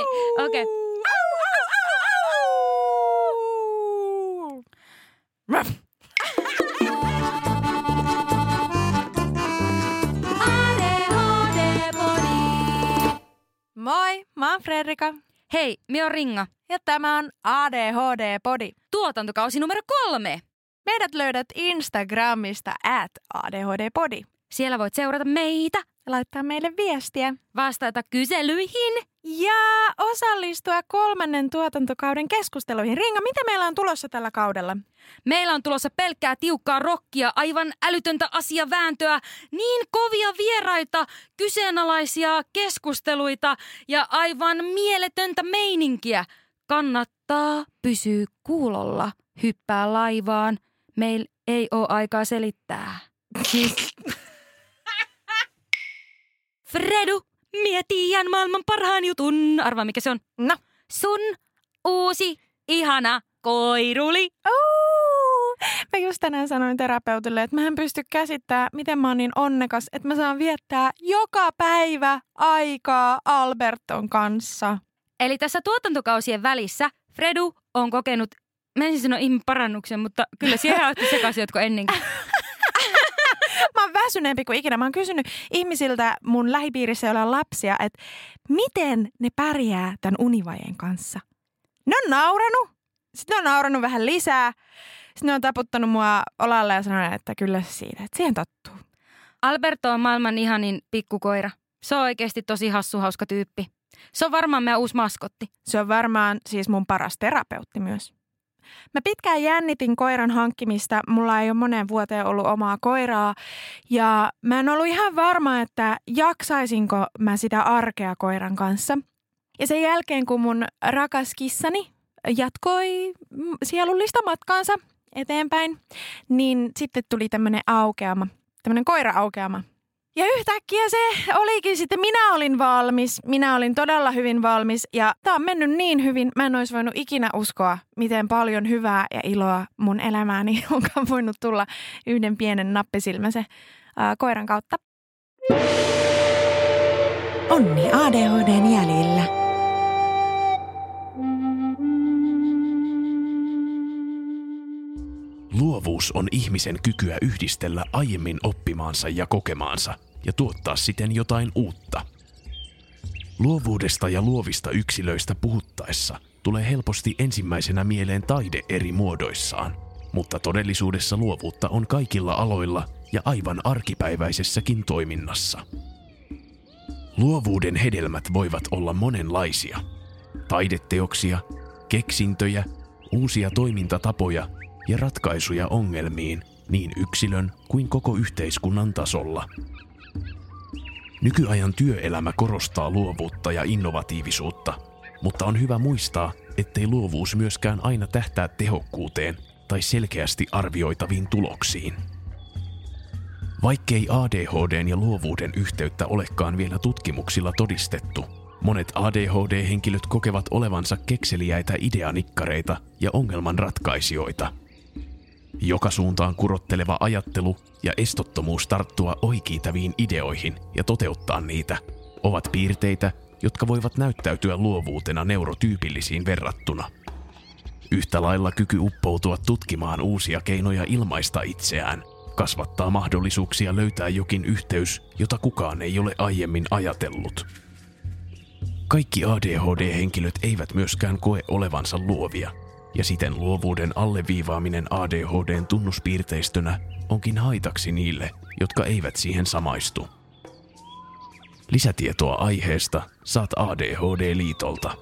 Okei. Moi, mä oon Fredrika. Hei, minä oon Ringa. Ja tämä on ADHD-podi. Tuotantokausi numero 3. Meidät löydät Instagramista @ADHD-podi. Siellä voit seurata meitä, Laittaa meille viestiä. vastata kyselyihin. Ja osallistua 3. tuotantokauden keskusteluihin. Ringa, mitä meillä on tulossa tällä kaudella? Meillä on tulossa pelkkää tiukkaa rockia, aivan älytöntä asiavääntöä, niin kovia vieraita, kyseenalaisia keskusteluita ja aivan mieletöntä meininkiä. Kannattaa pysyä kuulolla, hyppää laivaan. Meillä ei ole aikaa selittää. Fredu, mieti ihan maailman parhaan jutun. Arvaa mikä se on. No. Sun uusi, ihana koiruli. Mä just tänään sanoin terapeutille, että mä en pysty käsittämään, miten mä oon niin onnekas, että mä saan viettää joka päivä aikaa Alberton kanssa. Eli tässä tuotantokausien välissä Fredu on kokenut, mä en sanoa ihmiparannuksen, mutta kyllä siellä otti sekaisin jotkut ennenkin. Mä oon väsyneempi kuin ikinä. Mä oon kysynyt ihmisiltä mun lähipiirissä, joilla on lapsia, että miten ne pärjää tämän univajeen kanssa. Ne on nauranut. Sitten ne on nauranut vähän lisää. Sitten ne on taputtanut mua olalle ja sanonut, että kyllä siitä, että siihen tottuu. Alberto on maailman ihanin pikkukoira. Se on oikeasti tosi hassu, hauska tyyppi. Se on varmaan meidän uusi maskotti. Se on varmaan siis mun paras terapeutti myös. Mä pitkään jännitin koiran hankkimista. Mulla ei ole moneen vuoteen ollut omaa koiraa. Ja mä en ollut ihan varma, että jaksaisinko mä sitä arkea koiran kanssa. Ja sen jälkeen, kun mun rakas kissani jatkoi sielullista matkaansa eteenpäin, niin sitten tuli tämmönen koira-aukeama. Ja yhtäkkiä se olikin sitten, minä olin valmis, minä olin todella hyvin valmis ja tää on mennyt niin hyvin, mä en olisi voinut ikinä uskoa, miten paljon hyvää ja iloa mun elämääni onkaan voinut tulla yhden pienen nappisilmäisen koiran kautta. Onni ADHD:n jäljillä. Luovuus on ihmisen kykyä yhdistellä aiemmin oppimaansa ja kokemaansa ja tuottaa siten jotain uutta. Luovuudesta ja luovista yksilöistä puhuttaessa tulee helposti ensimmäisenä mieleen taide eri muodoissaan, mutta todellisuudessa luovuutta on kaikilla aloilla ja aivan arkipäiväisessäkin toiminnassa. Luovuuden hedelmät voivat olla monenlaisia. Taideteoksia, keksintöjä, uusia toimintatapoja ja ratkaisuja ongelmiin niin yksilön kuin koko yhteiskunnan tasolla. Nykyajan työelämä korostaa luovuutta ja innovatiivisuutta, mutta on hyvä muistaa, ettei luovuus myöskään aina tähtää tehokkuuteen tai selkeästi arvioitaviin tuloksiin. Vaikkei ADHD:n ja luovuuden yhteyttä olekaan vielä tutkimuksilla todistettu, monet ADHD-henkilöt kokevat olevansa kekseliäitä ideanikkareita ja ongelmanratkaisijoita. Joka suuntaan kurotteleva ajattelu ja estottomuus tarttua oikeitaviin ideoihin ja toteuttaa niitä ovat piirteitä, jotka voivat näyttäytyä luovuutena neurotyypillisiin verrattuna. Yhtä lailla kyky uppoutua tutkimaan uusia keinoja ilmaista itseään kasvattaa mahdollisuuksia löytää jokin yhteys, jota kukaan ei ole aiemmin ajatellut. Kaikki ADHD-henkilöt eivät myöskään koe olevansa luovia, ja siten luovuuden alleviivaaminen ADHD:n tunnuspiirteistönä onkin haitaksi niille, jotka eivät siihen samaistu. Lisätietoa aiheesta saat ADHD-liitolta.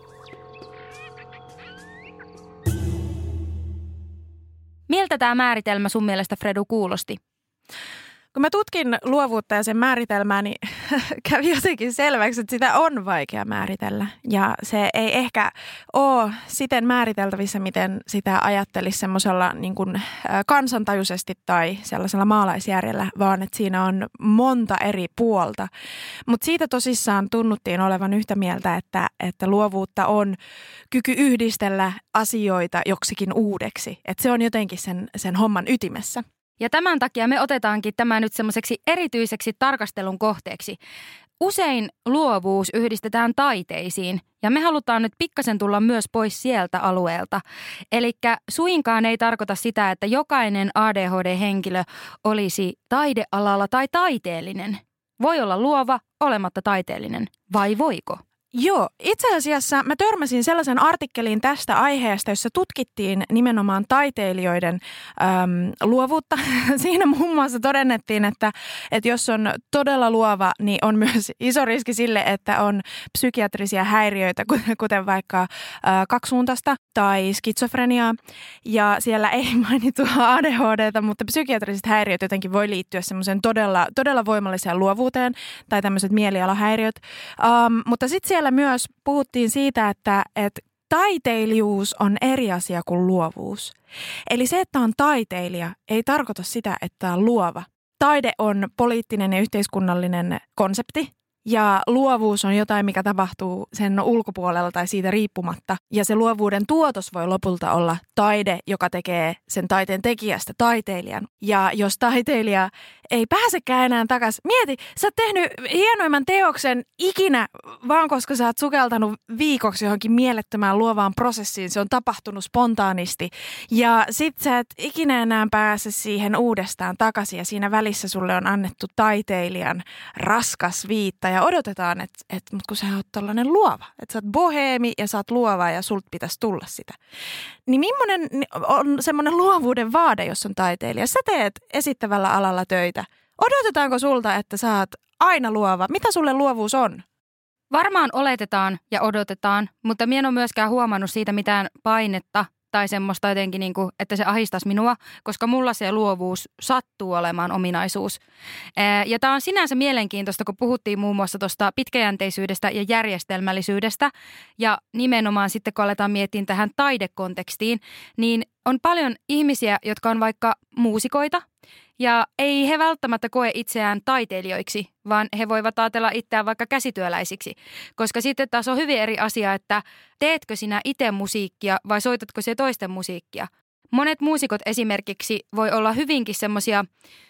Miltä tämä määritelmä sun mielestä, Fredu, kuulosti? Kun mä tutkin luovuutta ja sen määritelmää, niin kävi jotenkin selväksi, että sitä on vaikea määritellä. Ja se ei ehkä ole siten määriteltävissä, miten sitä ajattelisi semmoisella niin kuin kansantajuisesti tai sellaisella maalaisjärjellä, vaan että siinä on monta eri puolta. Mutta siitä tosissaan tunnuttiin olevan yhtä mieltä, että luovuutta on kyky yhdistellä asioita joksikin uudeksi. Että se on jotenkin sen homman ytimessä. Ja tämän takia me otetaankin tämä nyt semmoiseksi erityiseksi tarkastelun kohteeksi. Usein luovuus yhdistetään taiteisiin ja me halutaan nyt pikkasen tulla myös pois sieltä alueelta. Elikkä suinkaan ei tarkoita sitä, että jokainen ADHD-henkilö olisi taidealalla tai taiteellinen. Voi olla luova olematta taiteellinen, vai voiko? Joo, itse asiassa mä törmäsin sellaisen artikkelin tästä aiheesta, jossa tutkittiin nimenomaan taiteilijoiden luovuutta. Siinä muun muassa todennettiin, että jos on todella luova, niin on myös iso riski sille, että on psykiatrisia häiriöitä, kuten vaikka kaksisuuntaista tai skitsofreniaa. Ja siellä ei mainittu ADHD:ta, mutta psykiatriset häiriöt jotenkin voi liittyä semmoisen todella voimalliseen luovuuteen tai tämmöiset mielialahäiriöt. Mutta sitten siellä myös puhuttiin siitä, että taiteilijuus on eri asia kuin luovuus. Eli se, että on taiteilija, ei tarkoita sitä, että on luova. Taide on poliittinen ja yhteiskunnallinen konsepti. Ja luovuus on jotain, mikä tapahtuu sen ulkopuolella tai siitä riippumatta. Ja se luovuuden tuotos voi lopulta olla taide, joka tekee sen taiteen tekijästä taiteilijan. Ja jos taiteilija ei pääsekään enää takaisin, mieti, sä oot tehnyt hienoimman teoksen ikinä, vaan koska sä oot sukeltanut viikoksi johonkin mielettömään luovaan prosessiin. Se on tapahtunut spontaanisti. Ja sit sä et ikinä enää pääse siihen uudestaan takaisin. Ja siinä välissä sulle on annettu taiteilijan raskas viitta. Ja odotetaan, että kun sä oot tollainen luova, että sä oot boheemi ja sä oot luova ja sulta pitäisi tulla sitä. Niin millainen on semmoinen luovuuden vaade, jos on taiteilija? Sä teet esittävällä alalla töitä. Odotetaanko sulta, että sä oot aina luova? Mitä sulle luovuus on? Varmaan oletetaan ja odotetaan, mutta minä en ole myöskään huomannut siitä mitään painetta tai semmoista jotenkin, niin kuin, että se ahdistaisi minua, koska mulla se luovuus sattuu olemaan ominaisuus. Ja tämä on sinänsä mielenkiintoista, kun puhuttiin muun muassa tuosta pitkäjänteisyydestä ja järjestelmällisyydestä. Ja nimenomaan sitten, kun aletaan miettiä tähän taidekontekstiin, niin on paljon ihmisiä, jotka on vaikka muusikoita. Ja ei he välttämättä koe itseään taiteilijoiksi, vaan he voivat ajatella itseään vaikka käsityöläisiksi. Koska sitten taas on hyvin eri asia, että teetkö sinä itse musiikkia vai soitatko se toisten musiikkia. Monet muusikot esimerkiksi voi olla hyvinkin semmoisia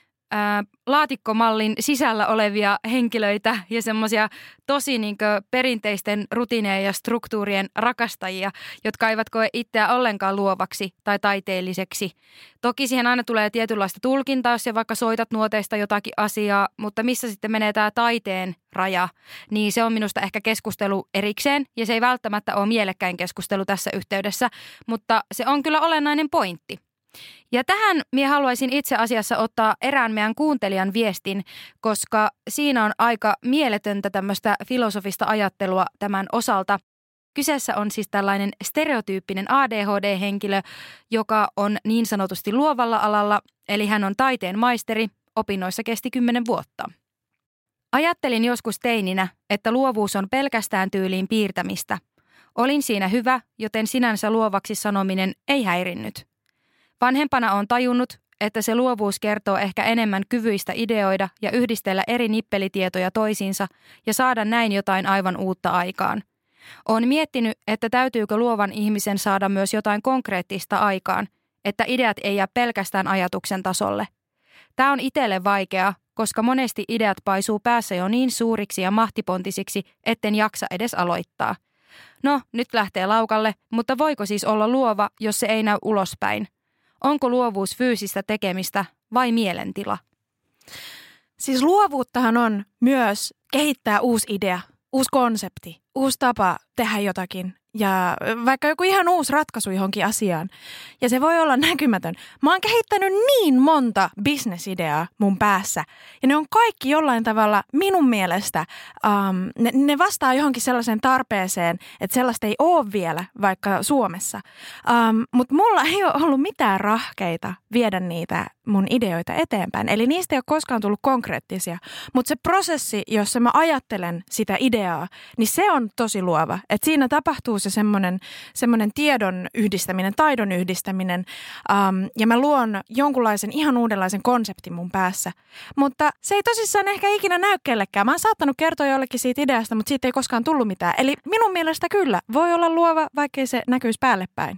laatikkomallin sisällä olevia henkilöitä ja semmoisia tosi perinteisten rutiineja ja struktuurien rakastajia, jotka eivät koe itseään ollenkaan luovaksi tai taiteelliseksi. Toki siihen aina tulee tietynlaista tulkintaa, jos vaikka soitat nuoteista jotakin asiaa, mutta missä sitten menee tämä taiteen raja, niin se on minusta ehkä keskustelu erikseen ja se ei välttämättä ole mielekkäin keskustelu tässä yhteydessä, mutta se on kyllä olennainen pointti. Ja tähän minä haluaisin itse asiassa ottaa erään meidän kuuntelijan viestin, koska siinä on aika mieletöntä tämmöistä filosofista ajattelua tämän osalta. Kyseessä on siis tällainen stereotyyppinen ADHD-henkilö, joka on niin sanotusti luovalla alalla, eli hän on taiteen maisteri, opinnoissa kesti 10 vuotta. Ajattelin joskus teininä, että luovuus on pelkästään tyyliin piirtämistä. Olin siinä hyvä, joten sinänsä luovaksi sanominen ei häirinnyt. Vanhempana on tajunnut, että se luovuus kertoo ehkä enemmän kyvyistä ideoida ja yhdistellä eri nippelitietoja toisiinsa ja saada näin jotain aivan uutta aikaan. Olen miettinyt, että täytyykö luovan ihmisen saada myös jotain konkreettista aikaan, että ideat ei jää pelkästään ajatuksen tasolle. Tämä on itselle vaikeaa, koska monesti ideat paisuu päässä jo niin suuriksi ja mahtipontisiksi, etten jaksa edes aloittaa. No, nyt lähtee laukalle, mutta voiko siis olla luova, jos se ei näy ulospäin? Onko luovuus fyysistä tekemistä vai mielentila? Siis luovuuttahan on myös kehittää uusi idea, uusi konsepti, uusi tapa tehdä jotakin ja vaikka joku ihan uusi ratkaisu johonkin asiaan. Ja se voi olla näkymätön. Mä oon kehittänyt niin monta bisnesideaa mun päässä ja ne on kaikki jollain tavalla minun mielestä, ne vastaa johonkin sellaiseen tarpeeseen, että sellaista ei ole vielä vaikka Suomessa. Mutta mulla ei ole ollut mitään rahkeita viedä niitä mun ideoita eteenpäin. Eli niistä ei ole koskaan tullut konkreettisia. Mutta se prosessi, jossa mä ajattelen sitä ideaa, niin se on tosi luova. Että siinä tapahtuu se semmoinen tiedon yhdistäminen, taidon yhdistäminen ja mä luon jonkunlaisen ihan uudenlaisen konseptin mun päässä. Mutta se ei tosissaan ehkä ikinä näy kellekään. Mä oon saattanut kertoa jollekin siitä ideasta, mutta siitä ei koskaan tullut mitään. Eli minun mielestä kyllä voi olla luova, vaikkei se näkyisi päälle päin.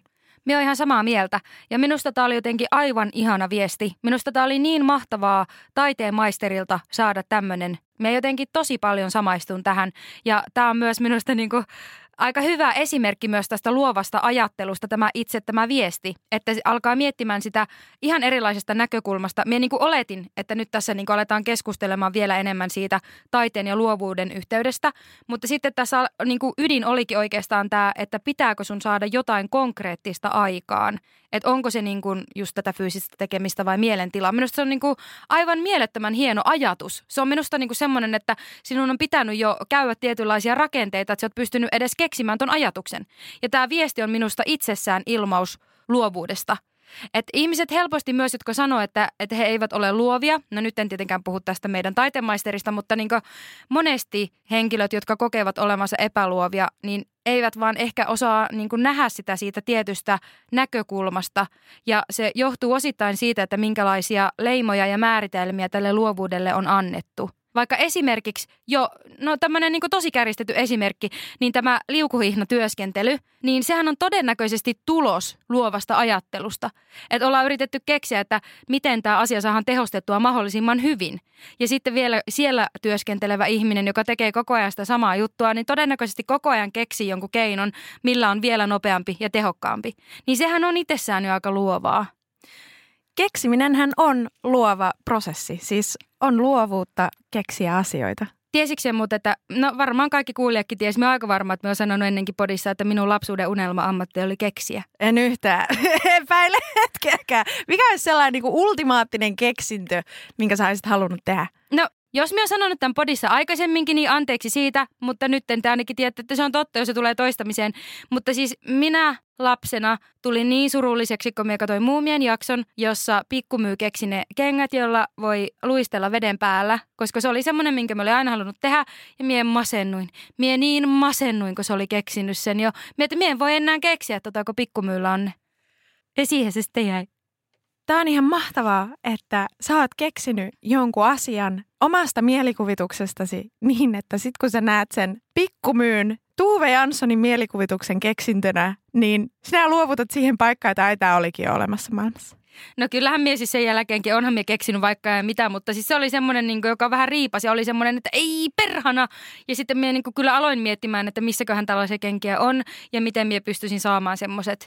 Minä olen ihan samaa mieltä ja minusta tämä oli jotenkin aivan ihana viesti. Minusta tämä oli niin mahtavaa taiteen maisterilta saada tämmöinen. Minä jotenkin tosi paljon samaistun tähän ja tämä on myös minusta niinku aika hyvä esimerkki myös tästä luovasta ajattelusta tämä viesti, että alkaa miettimään sitä ihan erilaisesta näkökulmasta. Minä niin kuin oletin, että nyt tässä niin kuin aletaan keskustelemaan vielä enemmän siitä taiteen ja luovuuden yhteydestä, mutta sitten tässä niin kuin ydin olikin oikeastaan tämä, että pitääkö sun saada jotain konkreettista aikaan, että onko se niin kuin just tätä fyysistä tekemistä vai mielentilaa. Minusta se on niin kuin aivan mielettömän hieno ajatus. Se on minusta niin kuin semmoinen, että sinun on pitänyt jo käydä tietynlaisia rakenteita, että sä oot pystynyt edes keksimään ton ajatuksen. Ja tämä viesti on minusta itsessään ilmaus luovuudesta. Että ihmiset helposti myös, jotka sanoo, että he eivät ole luovia, no nyt en tietenkään puhu tästä meidän taiteenmaisterista, mutta niin monesti henkilöt, jotka kokevat olevansa epäluovia, niin eivät vaan ehkä osaa niin nähdä sitä siitä tietystä näkökulmasta. Ja se johtuu osittain siitä, että minkälaisia leimoja ja määritelmiä tälle luovuudelle on annettu. Vaikka esimerkiksi tämmöinen niin tosi kärjistetty esimerkki, niin tämä liukuhihnatyöskentely, niin sehän on todennäköisesti tulos luovasta ajattelusta. Että ollaan yritetty keksiä, että miten tämä asia saadaan tehostettua mahdollisimman hyvin. Ja sitten vielä siellä työskentelevä ihminen, joka tekee koko ajan sitä samaa juttua, niin todennäköisesti koko ajan keksii jonkun keinon, millä on vielä nopeampi ja tehokkaampi. Niin sehän on itsessään jo aika luovaa. Keksiminenhän on luova prosessi, siis on luovuutta keksiä asioita. Tiesikö sen mutta, että varmaan kaikki kuulijatkin tiesi, mä oon aika varma, että mä oon sanonut ennenkin podissa, että minun lapsuuden unelma-ammatti oli keksiä. En yhtään, epäile hetkeäkään. Mikä olisi sellainen niin kuin ultimaattinen keksintö, minkä sä olisit halunnut tehdä? No, jos mä oon sanonut tämän podissa aikaisemminkin, niin anteeksi siitä, mutta nyt te ainakin tiedätte, että se on totta, jos se tulee toistamiseen. Mutta siis minä lapsena tulin niin surulliseksi, kun mä katsoin Muumien jakson, jossa Pikkumyy keksi ne kengät, jolla voi luistella veden päällä, koska se oli semmoinen, minkä mä olin aina halunnut tehdä, ja mie masennuin. Mie niin masennuin, kun se oli keksinyt sen jo. Mie en voi enää keksiä, kun Pikkumyyllä on ne. Ja siihen se sitten jäi. Tää on ihan mahtavaa, että sä oot keksinyt jonkun asian omasta mielikuvituksestasi niin, että sit kun sä näet sen Pikkumyyn Tuve Janssonin mielikuvituksen keksintönä, niin sinä luovutat siihen paikkaan, että tää olikin jo olemassa maailmassa. No kyllähän mie siis sen jälkeenkin, onhan mie keksinyt vaikka ja mitä, mutta siis se oli semmoinen, niin kuin, joka vähän riipasi ja oli semmoinen, että ei perhana. Ja sitten mie niin kuin, kyllä aloin miettimään, että missäköhän tällaisia kenkiä on ja miten mie pystyisin saamaan semmoiset.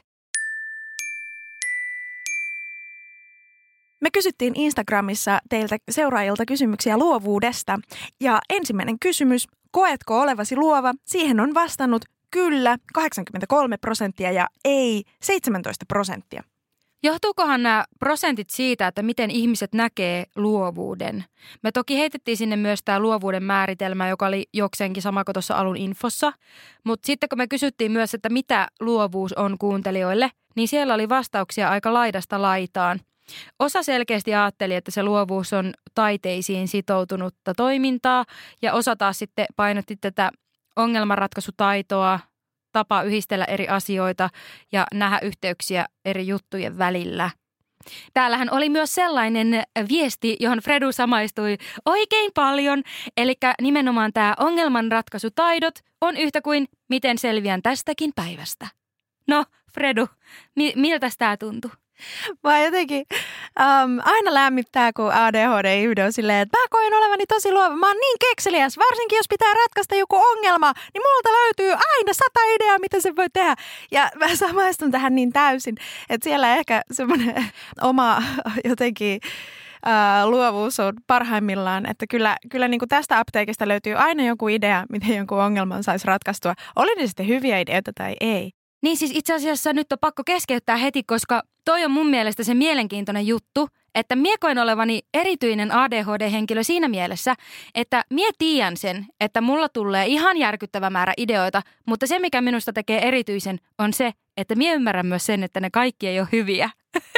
Me kysyttiin Instagramissa teiltä seuraajilta kysymyksiä luovuudesta. Ja ensimmäinen kysymys, koetko olevasi luova? Siihen on vastannut kyllä 83% ja ei 17%. Johtuukohan nämä prosentit siitä, että miten ihmiset näkee luovuuden? Me toki heitettiin sinne myös tämä luovuuden määritelmä, joka oli jokseenkin sama kuin tuossa alun infossa. Mutta sitten kun me kysyttiin myös, että mitä luovuus on kuuntelijoille, niin siellä oli vastauksia aika laidasta laitaan. Osa selkeästi ajatteli, että se luovuus on taiteisiin sitoutunutta toimintaa ja osa taas sitten painotti tätä ongelmanratkaisutaitoa, tapa yhdistellä eri asioita ja nähdä yhteyksiä eri juttujen välillä. Täällähän oli myös sellainen viesti, johon Fredu samaistui oikein paljon, eli nimenomaan tämä ongelmanratkaisutaidot on yhtä kuin miten selviän tästäkin päivästä. No Fredu, miltä tämä tuntui? Mä jotenkin aina lämmittää, kun ADHD-ihminen on silleen, että mä koen olevani tosi luova. Mä oon niin kekseliäs, varsinkin jos pitää ratkaista joku ongelma, niin multa löytyy aina 100 ideaa, mitä se voi tehdä. Ja mä samaistun tähän niin täysin, että siellä ehkä semmoinen oma jotenkin luovuus on parhaimmillaan, että kyllä niin kuin tästä apteekista löytyy aina joku idea, miten jonkun ongelman saisi ratkaistua. Oli ne sitten hyviä ideoita tai ei. Niin siis itse asiassa nyt on pakko keskeyttää heti, koska toi on mun mielestä se mielenkiintoinen juttu, että mie koen olevani erityinen ADHD-henkilö siinä mielessä, että mie tiedän sen, että mulla tulee ihan järkyttävä määrä ideoita, mutta se mikä minusta tekee erityisen on se, että mie ymmärrän myös sen, että ne kaikki ei ole hyviä.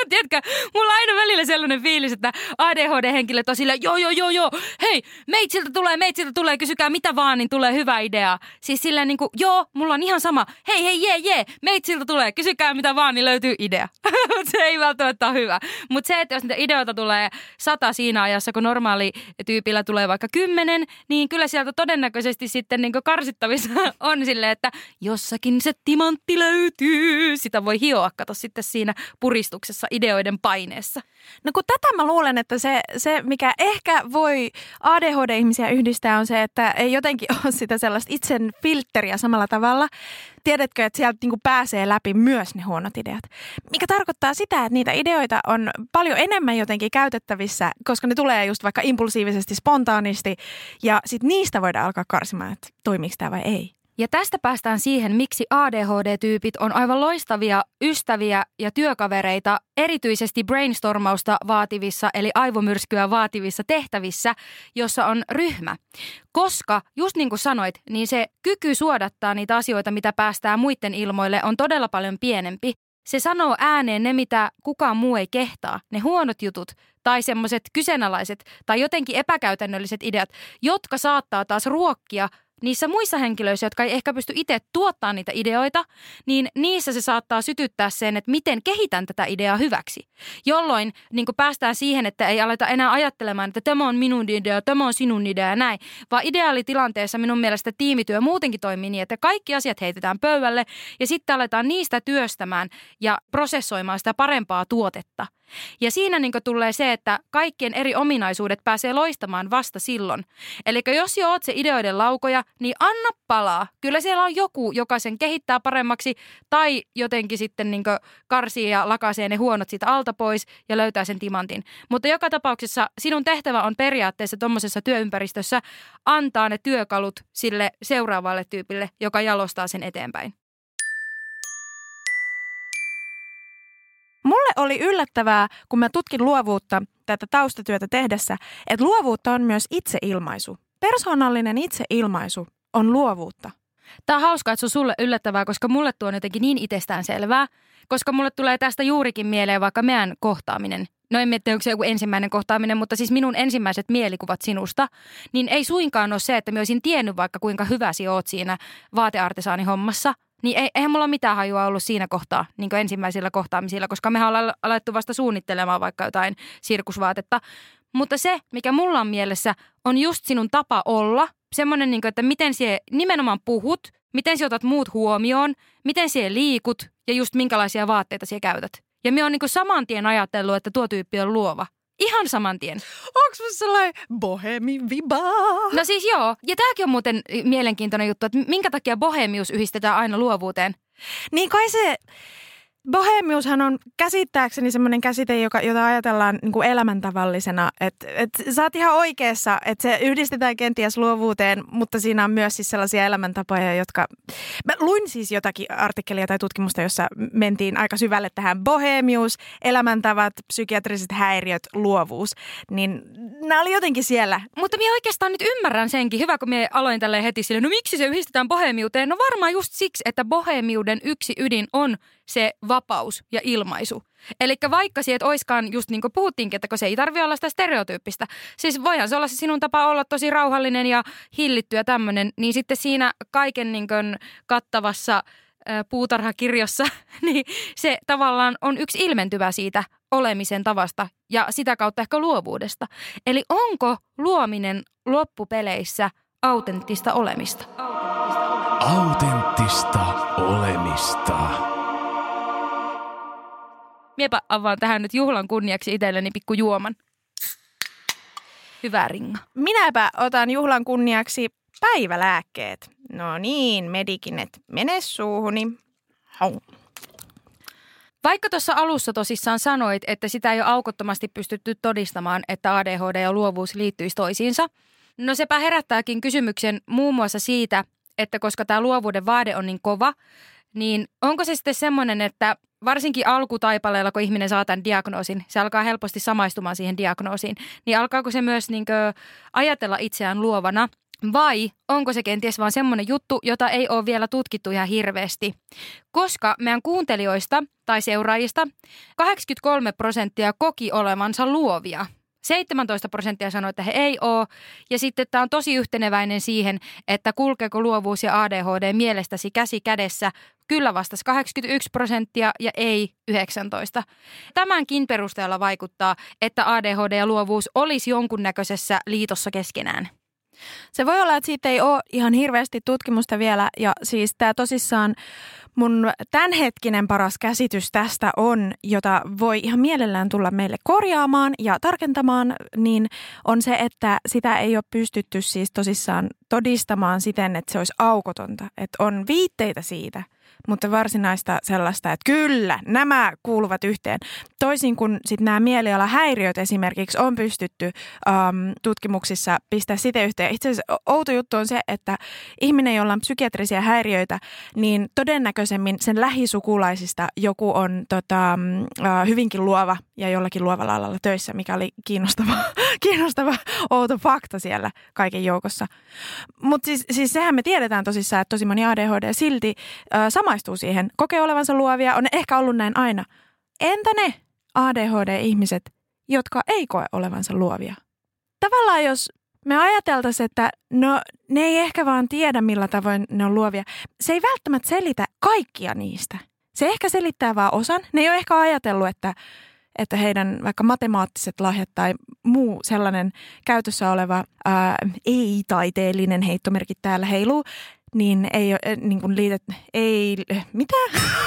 Tiedätkö, mulla on aina välillä sellainen fiilis, että ADHD-henkilöt on silleen, joo, hei, meitsiltä tulee, kysykää mitä vaan, niin tulee hyvä idea. Siis silleen niin kuin, joo, mulla on ihan sama, hei, jee, meitsiltä tulee, kysykää mitä vaan, niin löytyy idea. Se ei välttämättä ole hyvä. Mutta se, että jos niitä ideoita tulee 100 siinä ajassa, kun normaali tyypillä tulee vaikka 10, niin kyllä sieltä todennäköisesti sitten niin kuin karsittavissa on silleen, että jossakin se timantti löytyy. Sitä voi hioa, kato sitten siinä puristuksessa ideoiden paineessa. No kun tätä mä luulen, että se mikä ehkä voi ADHD-ihmisiä yhdistää on se, että ei jotenkin ole sitä sellaista itsen filtteriä samalla tavalla. Tiedätkö, että sieltä niinku pääsee läpi myös ne huonot ideat. Mikä tarkoittaa sitä, että niitä ideoita on paljon enemmän jotenkin käytettävissä, koska ne tulee just vaikka impulsiivisesti, spontaanisti ja sitten niistä voidaan alkaa karsimaan, että toimiiko tämä vai ei. Ja tästä päästään siihen, miksi ADHD-tyypit on aivan loistavia ystäviä ja työkavereita, erityisesti brainstormausta vaativissa eli aivomyrskyä vaativissa tehtävissä, jossa on ryhmä. Koska, just niin kuin sanoit, niin se kyky suodattaa niitä asioita, mitä päästään muiden ilmoille, on todella paljon pienempi. Se sanoo ääneen ne, mitä kukaan muu ei kehtaa, ne huonot jutut tai semmoiset kyseenalaiset tai jotenkin epäkäytännölliset ideat, jotka saattaa taas ruokkia niissä muissa henkilöissä, jotka ei ehkä pysty itse tuottaa niitä ideoita, niin niissä se saattaa sytyttää sen, että miten kehitän tätä ideaa hyväksi. Jolloin niin kuin päästään siihen, että ei aleta enää ajattelemaan, että tämä on minun idea, tämä on sinun idea ja näin. Vaan ideaalitilanteessa minun mielestä tiimityö muutenkin toimii niin, että kaikki asiat heitetään pöydälle ja sitten aletaan niistä työstämään ja prosessoimaan sitä parempaa tuotetta. Ja siinä niin kuin tulee se, että kaikkien eri ominaisuudet pääsee loistamaan vasta silloin. Eli jos jo oot se ideoiden laukoja, niin anna palaa. Kyllä siellä on joku, joka sen kehittää paremmaksi tai jotenkin sitten niin kuin karsii ja lakaisee ne huonot siitä alta pois ja löytää sen timantin. Mutta joka tapauksessa sinun tehtävä on periaatteessa tuommoisessa työympäristössä antaa ne työkalut sille seuraavalle tyypille, joka jalostaa sen eteenpäin. Mulle oli yllättävää, kun mä tutkin luovuutta tätä taustatyötä tehdessä, että luovuutta on myös itseilmaisu. Persoonallinen itseilmaisu on luovuutta. Tämä on hauskaa, että se on sulle yllättävää, koska mulle tuo on jotenkin niin itsestäänselvää, koska mulle tulee tästä juurikin mieleen vaikka meidän kohtaaminen. No en miettiä, onko se joku ensimmäinen kohtaaminen, mutta siis minun ensimmäiset mielikuvat sinusta, niin ei suinkaan ole se, että mä olisin tiennyt vaikka kuinka hyvä sinä oot siinä vaateartesaanihommassa. Niin eihän mulla mitään hajua ollut siinä kohtaa, niin kuin ensimmäisillä kohtaamisilla, koska mehän ollaan alettu vasta suunnittelemaan vaikka jotain sirkusvaatetta. Mutta se, mikä mulla on mielessä, on just sinun tapa olla. Semmoinen, niin kuin, että miten sinä nimenomaan puhut, miten sinä otat muut huomioon, miten sinä liikut ja just minkälaisia vaatteita sinä käytät. Ja minä olen niin kuin saman tien ajatellut, että tuo tyyppi on luova. Ihan saman tien. Onko se sellainen bohemi-viba? No siis joo. Ja tämäkin on muuten mielenkiintoinen juttu, että minkä takia bohemius yhdistetään aina luovuuteen. Niin kai se bohemiushan on käsittääkseni semmoinen käsite, jota ajatellaan niin kuin elämäntavallisena. Että sä oot ihan oikeassa, että se yhdistetään kenties luovuuteen, mutta siinä on myös siis sellaisia elämäntapoja, jotka... Mä luin siis jotakin artikkelia tai tutkimusta, jossa mentiin aika syvälle tähän bohemius, elämäntavat, psykiatriset häiriöt, luovuus. Niin nämä oli jotenkin siellä. Mutta minä oikeastaan nyt ymmärrän senkin. Hyvä, kun minä aloin tälleen heti silleen, no miksi se yhdistetään bohemiuteen? No varmaan just siksi, että bohemiuden yksi ydin on se vapaus ja ilmaisu. Eli vaikka sieltä et oiskaan, just niin kuin puhuttiinkin, että kun se ei tarvitse olla sitä stereotyyppistä. Siis voihan se olla se sinun tapa olla tosi rauhallinen ja hillitty ja tämmöinen. Niin sitten siinä kaiken niin kuin kattavassa puutarhakirjossa, niin se tavallaan on yksi ilmentymä siitä olemisen tavasta ja sitä kautta ehkä luovuudesta. Eli onko luominen loppupeleissä autenttista olemista? Autenttista olemista. Miepä avaan tähän nyt juhlan kunniaksi itselleni pikku juoman. Hyvä ringa. Minäpä otan juhlan kunniaksi päivälääkkeet. No niin, Medikinet, mene suuhuni. Hau. Vaikka tuossa alussa tosissaan sanoit, että sitä ei ole aukottomasti pystytty todistamaan, että ADHD ja luovuus liittyisi toisiinsa, no sepä herättääkin kysymyksen muun muassa siitä, että koska tämä luovuuden vaade on niin kova, niin onko se sitten semmoinen, että varsinkin alkutaipaleella, kun ihminen saa tämän diagnoosin, se alkaa helposti samaistumaan siihen diagnoosiin, niin alkaako se myös ajatella itseään luovana Vai onko se kenties vaan semmoinen juttu, jota ei ole vielä tutkittu ihan hirveästi? Koska meidän kuuntelijoista tai seuraajista 83% koki olevansa luovia. 17% sanoi, että he ei ole. Ja sitten tämä on tosi yhteneväinen siihen, että kulkeeko luovuus ja ADHD mielestäsi käsi kädessä. Kyllä vastasi 81% ja ei 19%. Tämänkin perusteella vaikuttaa, että ADHD ja luovuus olisi jonkunnäköisessä liitossa keskenään. Se voi olla, että siitä ei ole ihan hirveästi tutkimusta vielä ja siis tämä tosissaan mun tämänhetkinen paras käsitys tästä on, jota voi ihan mielellään tulla meille korjaamaan ja tarkentamaan, niin on se, että sitä ei ole pystytty siis tosissaan todistamaan siten, että se olisi aukotonta. Että on viitteitä siitä, mutta varsinaista sellaista, että kyllä, nämä kuuluvat yhteen. Toisin kuin sitten nämä mielialahäiriöt esimerkiksi on pystytty tutkimuksissa pistää sitä yhteen. Itse asiassa outo juttu on se, että ihminen, jolla on psykiatrisia häiriöitä, niin todennäköisemmin sen lähisukulaisista joku on hyvinkin luova ja jollakin luovalla alalla töissä, mikä oli kiinnostava outo fakta siellä kaiken joukossa. Mutta siis sehän me tiedetään tosissaan, että tosi moni ADHD silti samaistuu siihen, kokee olevansa luovia, on ehkä ollut näin aina. Entä ne ADHD-ihmiset, jotka ei koe olevansa luovia? Tavallaan jos me ajateltaisiin, että no ne ei ehkä vaan tiedä, millä tavoin ne on luovia, se ei välttämättä selitä kaikkia niistä. Se ehkä selittää vaan osan. Ne ei ole ehkä ajatellut, että heidän vaikka matemaattiset lahjat tai muu sellainen käytössä oleva ei-taiteellinen heittomerkit täällä heiluu, niin ei ole niin kuin ei, mitä?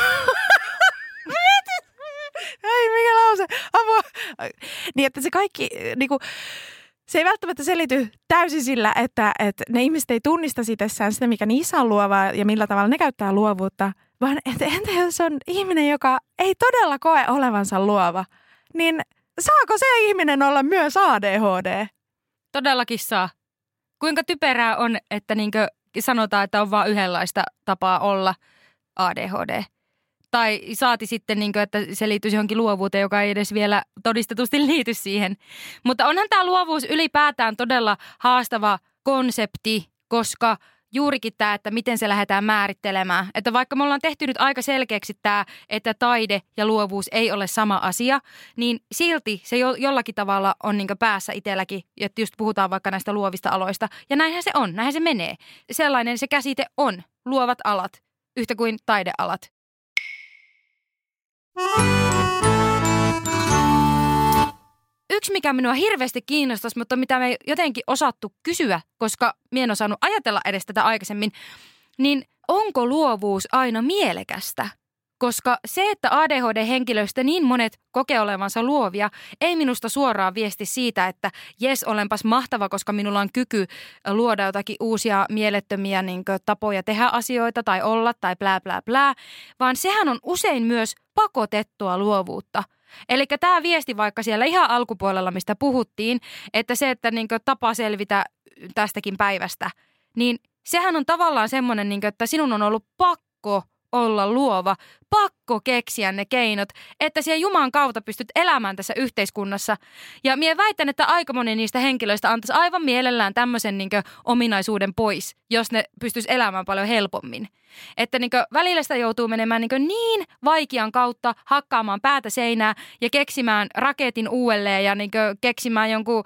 Ai, mikä lause? Apua! Niin, että se kaikki, niin kuin, se ei välttämättä selity täysin sillä, että ne ihmiset ei tunnista itsessään sitä, mikä niissä on luovaa ja millä tavalla ne käyttää luovuutta, vaan että entä jos on ihminen, joka ei todella koe olevansa luova, niin saako se ihminen olla myös ADHD? Todellakin saa. Kuinka typerää on, että niinkö sanotaan, että on vain yhdenlaista tapaa olla ADHD. Tai saati sitten, että se liittyisi johonkin luovuuteen, joka ei edes vielä todistetusti liity siihen. Mutta onhan tämä luovuus ylipäätään todella haastava konsepti, koska juurikin tämä, että miten se lähdetään määrittelemään. Että vaikka me ollaan tehty nyt aika selkeäksi tämä, että taide ja luovuus ei ole sama asia, niin silti se jollakin tavalla on päässä itselläkin, että just puhutaan vaikka näistä luovista aloista. Ja näinhän se on, näinhän se menee. Sellainen se käsite on, luovat alat, yhtä kuin taidealat. Yksi, mikä minua hirveästi kiinnostaisi, mutta mitä me ei jotenkin osattu kysyä, koska minä en osannut ajatella edes tätä aikaisemmin, niin onko luovuus aina mielekästä? Koska se, että ADHD-henkilöistä niin monet kokee olevansa luovia, ei minusta suoraan viesti siitä, että jes, olenpas mahtava, koska minulla on kyky luoda jotakin uusia mielettömiä tapoja tehdä asioita tai olla tai plää plää plää, vaan sehän on usein myös pakotettua luovuutta. Eli tämä viesti vaikka siellä ihan alkupuolella, mistä puhuttiin, että se, että tapa selvitä tästäkin päivästä, niin sehän on tavallaan semmoinen, että sinun on ollut pakko olla luova, pakko keksiä ne keinot, että siellä Jumalan kautta pystyt elämään tässä yhteiskunnassa. Ja minä väitän, että aika moni niistä henkilöistä antaisi aivan mielellään tämmöisen ominaisuuden pois, jos ne pystyisi elämään paljon helpommin. Että välillä sitä joutuu menemään niin vaikean kautta hakkaamaan päätä seinää ja keksimään raketin uudelleen ja keksimään jonkun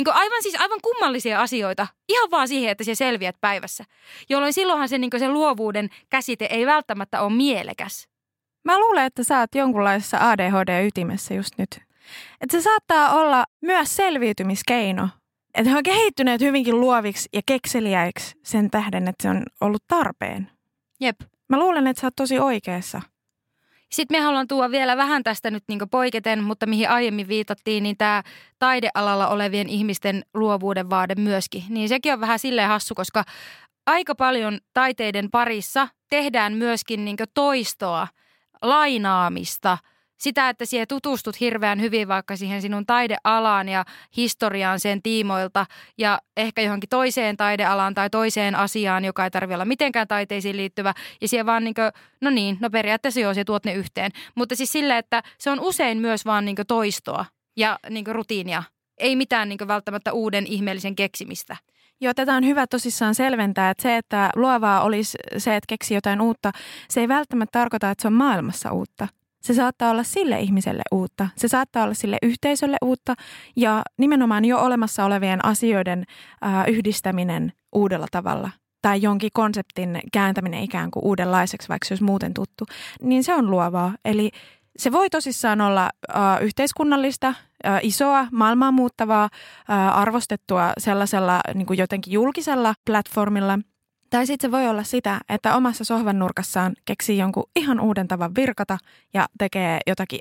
aivan kummallisia asioita ihan vaan siihen, että se selviät päivässä. Jolloin silloinhan se luovuuden käsite ei välttämättä ole mielekäs. Mä luulen, että sä oot jonkunlaisessa ADHD-ytimessä just nyt. Että se saattaa olla myös selviytymiskeino. Että he on kehittyneet hyvinkin luoviksi ja kekseliäiksi sen tähden, että se on ollut tarpeen. Jep. Mä luulen, että sä oot tosi oikeassa. Sitten me haluan tuoda vielä vähän tästä nyt poiketen, mutta mihin aiemmin viitattiin, niin tämä taidealalla olevien ihmisten luovuuden vaade myöskin. Niin sekin on vähän silleen hassu, koska aika paljon taiteiden parissa tehdään myöskin toistoa, lainaamista, sitä, että siihen tutustut hirveän hyvin vaikka siihen sinun taidealaan ja historiaan sen tiimoilta ja ehkä johonkin toiseen taidealaan tai toiseen asiaan, joka ei tarvitse olla mitenkään taiteisiin liittyvä. Ja siellä vaan periaatteessa joo, se tuot ne yhteen. Mutta siis sille, että se on usein myös vaan toistoa ja rutiinia. Ei mitään välttämättä uuden ihmeellisen keksimistä. Joo, tätä on hyvä tosissaan selventää, että se, että luovaa olisi se, että keksii jotain uutta, se ei välttämättä tarkoita, että se on maailmassa uutta. Se saattaa olla sille ihmiselle uutta, se saattaa olla sille yhteisölle uutta ja nimenomaan jo olemassa olevien asioiden yhdistäminen uudella tavalla tai jonkin konseptin kääntäminen ikään kuin uudenlaiseksi, vaikka se olisi muuten tuttu, niin se on luovaa. Eli se voi tosissaan olla yhteiskunnallista, isoa, maailmaa muuttavaa, arvostettua sellaisella niin kuin jotenkin julkisella platformilla. Tai sitten se voi olla sitä, että omassa sohvan nurkassaan keksii jonkun ihan uuden tavan virkata ja tekee jotakin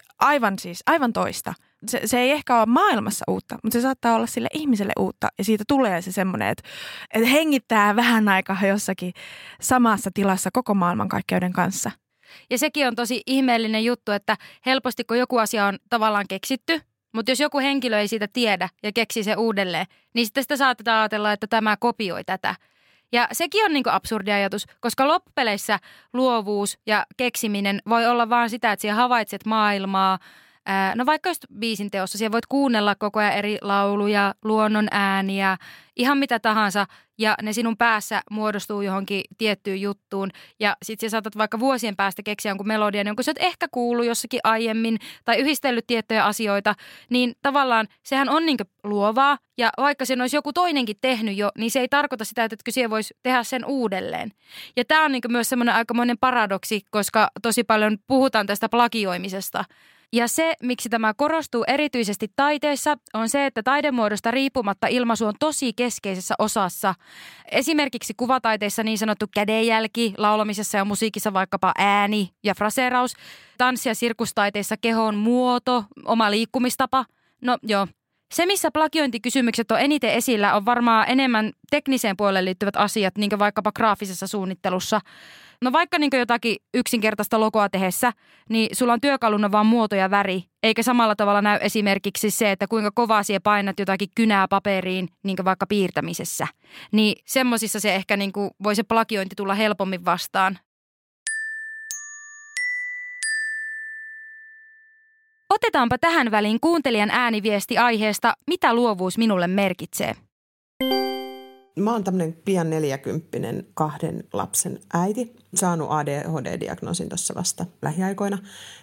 aivan toista. Se ei ehkä ole maailmassa uutta, mutta se saattaa olla sille ihmiselle uutta ja siitä tulee se semmoinen, että hengittää vähän aikaa jossakin samassa tilassa koko maailmankaikkeuden kanssa. Ja sekin on tosi ihmeellinen juttu, että helposti kun joku asia on tavallaan keksitty, mutta jos joku henkilö ei siitä tiedä ja keksii se uudelleen, niin sitten sitä saatetaan ajatella, että tämä kopioi tätä. Ja sekin on niinku absurdi ajatus, koska loppupeleissä luovuus ja keksiminen voi olla vaan sitä, että siellä havaitset maailmaa. No vaikka just biisin teossa, siellä voit kuunnella koko ajan eri lauluja, luonnon ääniä, ihan mitä tahansa. Ja ne sinun päässä muodostuu johonkin tiettyyn juttuun. Ja sit sä saatat vaikka vuosien päästä keksiä jonkun melodian, jonka sä oot ehkä kuullut jossakin aiemmin tai yhdistellyt tiettyjä asioita. Niin tavallaan sehän on niinku luovaa. Ja vaikka sen olisi joku toinenkin tehnyt jo, niin se ei tarkoita sitä, että siellä voisi tehdä sen uudelleen. Ja tää on niinku myös semmoinen aikamoinen paradoksi, koska tosi paljon puhutaan tästä plagioimisesta. Ja se, miksi tämä korostuu erityisesti taiteessa, on se, että taidemuodosta riippumatta ilmaisu on tosi keskeisessä osassa. Esimerkiksi kuvataiteissa niin sanottu kädenjälki, laulamisessa ja musiikissa vaikkapa ääni ja fraseeraus, tanssi- ja sirkustaiteissa kehon muoto, oma liikkumistapa. No joo. Se, missä plagiointikysymykset on eniten esillä, on varmaan enemmän tekniseen puolelle liittyvät asiat, niin kuin vaikkapa graafisessa suunnittelussa. No vaikka niin jotakin yksinkertaista logoa tehessä, niin sulla on työkaluna vaan muoto ja väri, eikä samalla tavalla näy esimerkiksi se, että kuinka kovaa siellä painat jotakin kynää paperiin, niin kuin vaikka piirtämisessä. Niin semmosissa se ehkä niin kuin voi se plagiointi tulla helpommin vastaan. Otetaanpa tähän väliin kuuntelijan ääniviesti aiheesta, mitä luovuus minulle merkitsee. Mä oon tämmöinen pian 40 2 lapsen äiti, saanut ADHD-diagnoosin tuossa vasta lähiaikoina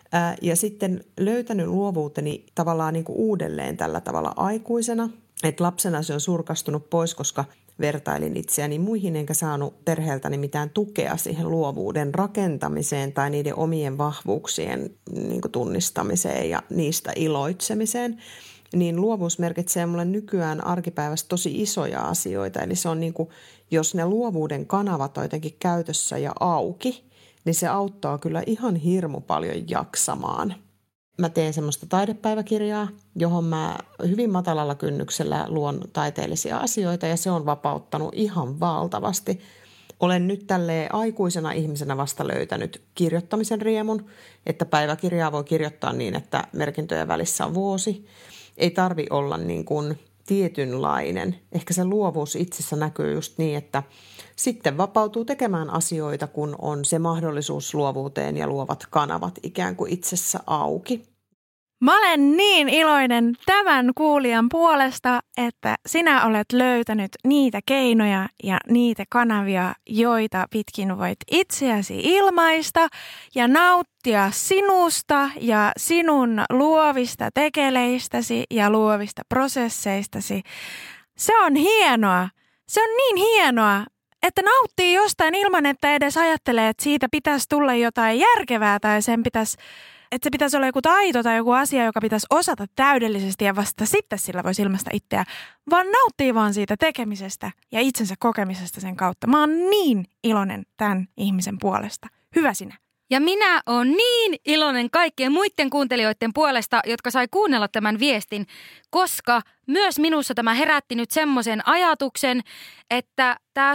ja sitten löytänyt luovuuteni tavallaan niin kuin uudelleen tällä tavalla aikuisena. Että lapsena se on surkastunut pois, koska vertailin itseäni muihin enkä saanut perheeltäni mitään tukea siihen luovuuden rakentamiseen tai niiden omien vahvuuksien niin kuin tunnistamiseen ja niistä iloitsemiseen. Niin luovuus merkitsee mulle nykyään arkipäivässä tosi isoja asioita. Eli se on niin kuin, jos ne luovuuden kanavat on jotenkin käytössä ja auki, niin se auttaa kyllä ihan hirmu paljon jaksamaan. Mä teen semmoista taidepäiväkirjaa, johon mä hyvin matalalla kynnyksellä luon taiteellisia asioita ja se on vapauttanut ihan valtavasti. Olen nyt tälleen aikuisena ihmisenä vasta löytänyt kirjoittamisen riemun, että päiväkirjaa voi kirjoittaa niin, että merkintöjen välissä on vuosi. Ei tarvi olla niin kuin tietynlainen. Ehkä se luovuus itsessä näkyy just niin, että sitten vapautuu tekemään asioita, kun on se mahdollisuus luovuuteen ja luovat kanavat ikään kuin itsessä auki. Mä olen niin iloinen tämän kuulijan puolesta, että sinä olet löytänyt niitä keinoja ja niitä kanavia, joita pitkin voit itseäsi ilmaista ja nauttia sinusta ja sinun luovista tekeleistäsi ja luovista prosesseistasi. Se on hienoa. Se on niin hienoa, että nauttii jostain ilman, että edes ajattelee, että siitä pitäisi tulla jotain järkevää tai että se pitäisi olla joku taito tai joku asia, joka pitäisi osata täydellisesti ja vasta sitten sillä voisi ilmaista itseä, vaan nauttii vaan siitä tekemisestä ja itsensä kokemisesta sen kautta. Mä oon niin iloinen tämän ihmisen puolesta. Hyvä sinä. Ja minä oon niin iloinen kaikkien muiden kuuntelijoiden puolesta, jotka sai kuunnella tämän viestin, koska myös minussa tämä herätti nyt semmoisen ajatuksen, että tämä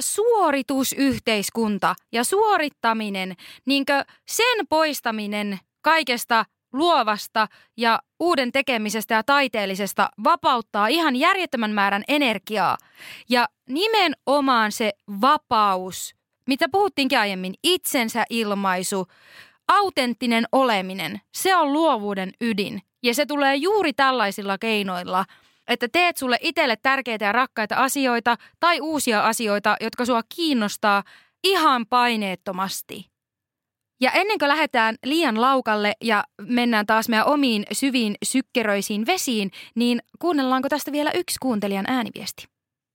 suoritusyhteiskunta ja suorittaminen, niinkö sen poistaminen kaikesta luovasta ja uuden tekemisestä ja taiteellisesta vapauttaa ihan järjettömän määrän energiaa. Ja nimenomaan se vapaus, mitä puhuttiinkin aiemmin, itsensä ilmaisu, autenttinen oleminen, se on luovuuden ydin. Ja se tulee juuri tällaisilla keinoilla, että teet sulle itselle tärkeitä ja rakkaita asioita tai uusia asioita, jotka sua kiinnostaa ihan paineettomasti. Ja ennen kuin lähdetään liian laukalle ja mennään taas meidän omiin syviin sykkeröisiin vesiin, niin kuunnellaanko tästä vielä yksi kuuntelijan ääniviesti?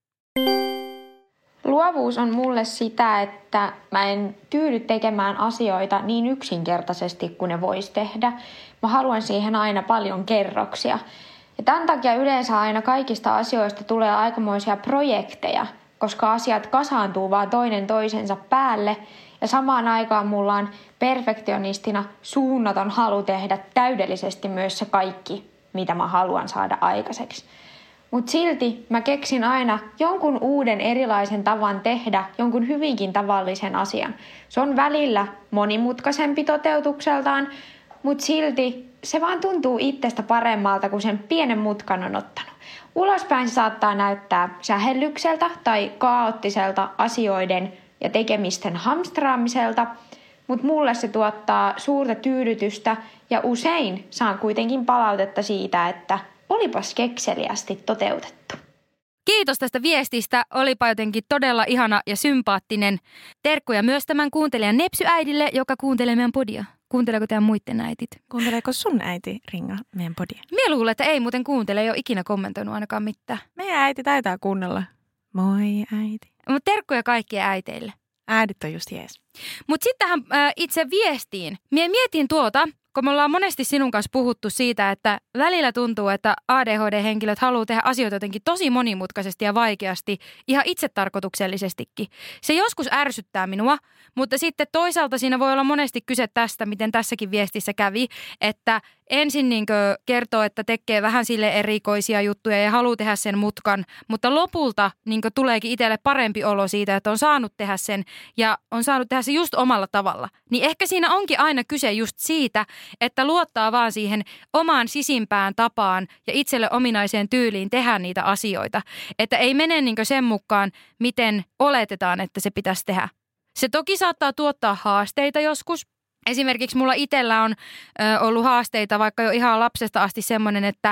Luovuus on mulle sitä, että mä en tyydy tekemään asioita niin yksinkertaisesti kuin ne vois tehdä. Mä haluan siihen aina paljon kerroksia. Ja tämän takia yleensä aina kaikista asioista tulee aikamoisia projekteja, koska asiat kasaantuu vaan toinen toisensa päälle. Ja samaan aikaan mulla on perfektionistina suunnaton halu tehdä täydellisesti myös se kaikki, mitä mä haluan saada aikaiseksi. Mutta silti mä keksin aina jonkun uuden erilaisen tavan tehdä jonkun hyvinkin tavallisen asian. Se on välillä monimutkaisempi toteutukseltaan, mutta silti se vaan tuntuu itsestä paremmalta, kun sen pienen mutkan on ottanut. Ulospäin se saattaa näyttää sähellykseltä tai kaoottiselta asioiden ja tekemisten hamstraamiselta, mutta mulle se tuottaa suurta tyydytystä ja usein saan kuitenkin palautetta siitä, että olipas kekseliästi toteutettu. Kiitos tästä viestistä. Olipa jotenkin todella ihana ja sympaattinen. Terkkuja myös tämän kuuntelijan nepsyäidille, joka kuuntelee meidän podia. Kuunteleeko teidän muiden äitit? Kuunteleeko sun äiti, Ringa, meidän podia? Mie luulen, että ei muuten kuuntele, ei ole ikinä kommentoinut ainakaan mitään. Meidän äiti taitaa kuunnella. Moi äiti. Mutta terkkuja kaikkien äiteille. Äidit on just jees. Mutta sitten tähän itse viestiin. Mie mietin tuota, kun me ollaan monesti sinun kanssa puhuttu siitä, että välillä tuntuu, että ADHD-henkilöt haluaa tehdä asioita jotenkin tosi monimutkaisesti ja vaikeasti, ihan itsetarkoituksellisestikin. Se joskus ärsyttää minua, mutta sitten toisaalta siinä voi olla monesti kyse tästä, miten tässäkin viestissä kävi, että ensin kertoo, että tekee vähän sille erikoisia juttuja ja haluaa tehdä sen mutkan, mutta lopulta tuleekin itselle parempi olo siitä, että on saanut tehdä sen ja on saanut tehdä se just omalla tavalla. Niin ehkä siinä onkin aina kyse just siitä, että luottaa vaan siihen omaan sisimpään tapaan ja itselle ominaiseen tyyliin tehdä niitä asioita. Että ei mene sen mukaan, miten oletetaan, että se pitäisi tehdä. Se toki saattaa tuottaa haasteita joskus. Esimerkiksi mulla itsellä on ollut haasteita vaikka jo ihan lapsesta asti semmoinen, että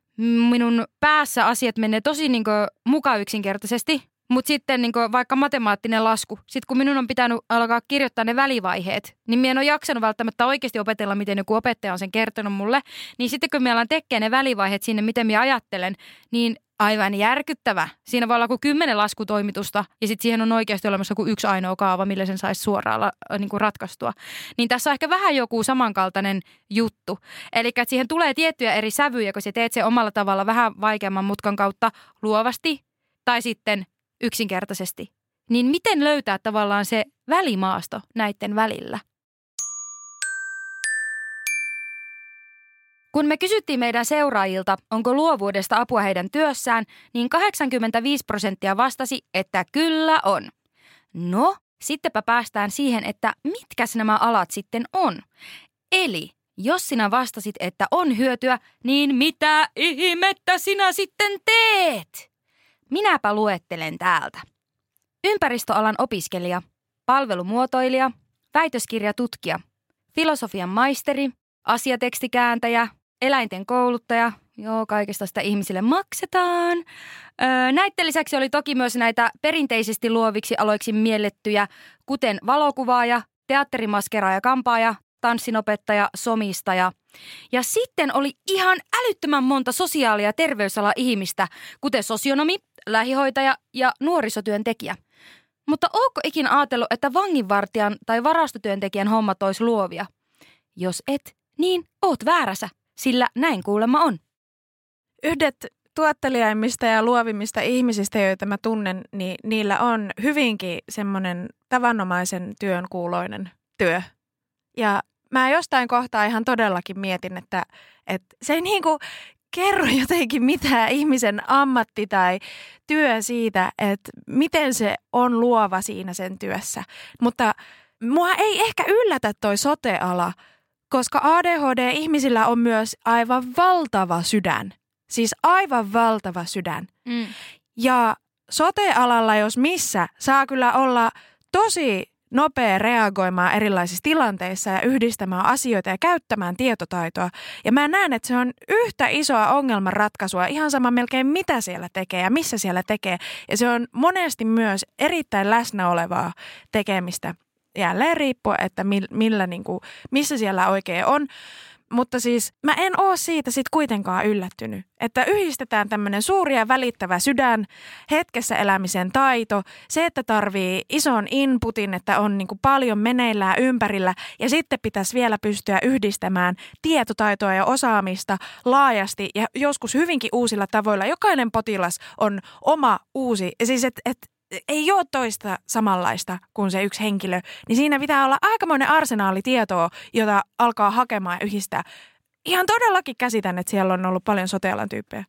minun päässä asiat menee tosi muka yksinkertaisesti. Mutta sitten vaikka matemaattinen lasku, sitten kun minun on pitänyt alkaa kirjoittaa ne välivaiheet, niin minä en ole jaksanut välttämättä oikeasti opetella, miten joku opettaja on sen kertonut mulle. Niin sitten kun minä alan tekemään ne välivaiheet sinne, miten minä ajattelen, niin aivan järkyttävä. Siinä voi olla kuin 10 laskutoimitusta ja sitten siihen on oikeasti olemassa kuin yksi ainoa kaava, millä sen saisi suoraan ratkaistua. Niin tässä on ehkä vähän joku samankaltainen juttu. Eli että siihen tulee tiettyjä eri sävyjä, kun sä teet sen omalla tavalla vähän vaikeamman mutkan kautta luovasti tai sitten yksinkertaisesti. Niin miten löytää tavallaan se välimaasto näiden välillä? Kun me kysyttiin meidän seuraajilta, onko luovuudesta apua heidän työssään, niin 85% vastasi, että kyllä on. No, sittenpä päästään siihen, että mitkäs nämä alat sitten on. Eli jos sinä vastasit, että on hyötyä, niin mitä ihmettä sinä sitten teet? Minäpä luettelen täältä. Ympäristöalan opiskelija, palvelumuotoilija, väitöskirjatutkija, filosofian maisteri, asiatekstikääntäjä, eläinten kouluttaja, kaikesta sitä ihmisille maksetaan. Näiden lisäksi oli toki myös näitä perinteisesti luoviksi aloiksi miellettyjä, kuten valokuvaaja, teatterimaskeraaja, kampaaja, tanssinopettaja, somistaja. Ja sitten oli ihan älyttömän monta sosiaali- ja terveysala-ihmistä, kuten sosionomi, lähihoitaja ja nuorisotyöntekijä. Mutta ootko ikinä ajatellut, että vanginvartijan tai varastotyöntekijän hommat olisi luovia? Jos et, niin oot väärässä, sillä näin kuulemma on. Yhdet tuottelijaimmista ja luovimmista ihmisistä, joita mä tunnen, niin niillä on hyvinkin semmoinen tavanomaisen työn kuuloinen työ. Ja mä jostain kohtaa ihan todellakin mietin, että se ei kerro jotenkin mitään ihmisen ammatti tai työ siitä, että miten se on luova siinä sen työssä. Mutta mua ei ehkä yllätä toi sote-ala, koska ADHD-ihmisillä on myös aivan valtava sydän. Siis aivan valtava sydän. Ja sote-alalla, jos missä, saa kyllä olla tosi nopea reagoimaan erilaisissa tilanteissa ja yhdistämään asioita ja käyttämään tietotaitoa. Ja mä näen, että se on yhtä isoa ongelmanratkaisua, ihan sama melkein mitä siellä tekee ja missä siellä tekee. Ja se on monesti myös erittäin läsnä olevaa tekemistä. Jälleen riippuen, että missä siellä oikein on. Mutta siis mä en ole siitä sit kuitenkaan yllättynyt, että yhdistetään tämmöinen suuri ja välittävä sydän, hetkessä elämisen taito, se, että tarvii ison inputin, että on niinku paljon meneillään ympärillä ja sitten pitäisi vielä pystyä yhdistämään tietotaitoa ja osaamista laajasti ja joskus hyvinkin uusilla tavoilla. Jokainen potilas on oma uusi, siis ei ole toista samanlaista kuin se yksi henkilö, niin siinä pitää olla aikamoinen arsenaali tietoa, jota alkaa hakemaan ja yhdistää. Ihan todellakin käsitän, että siellä on ollut paljon sote-alan tyyppejä.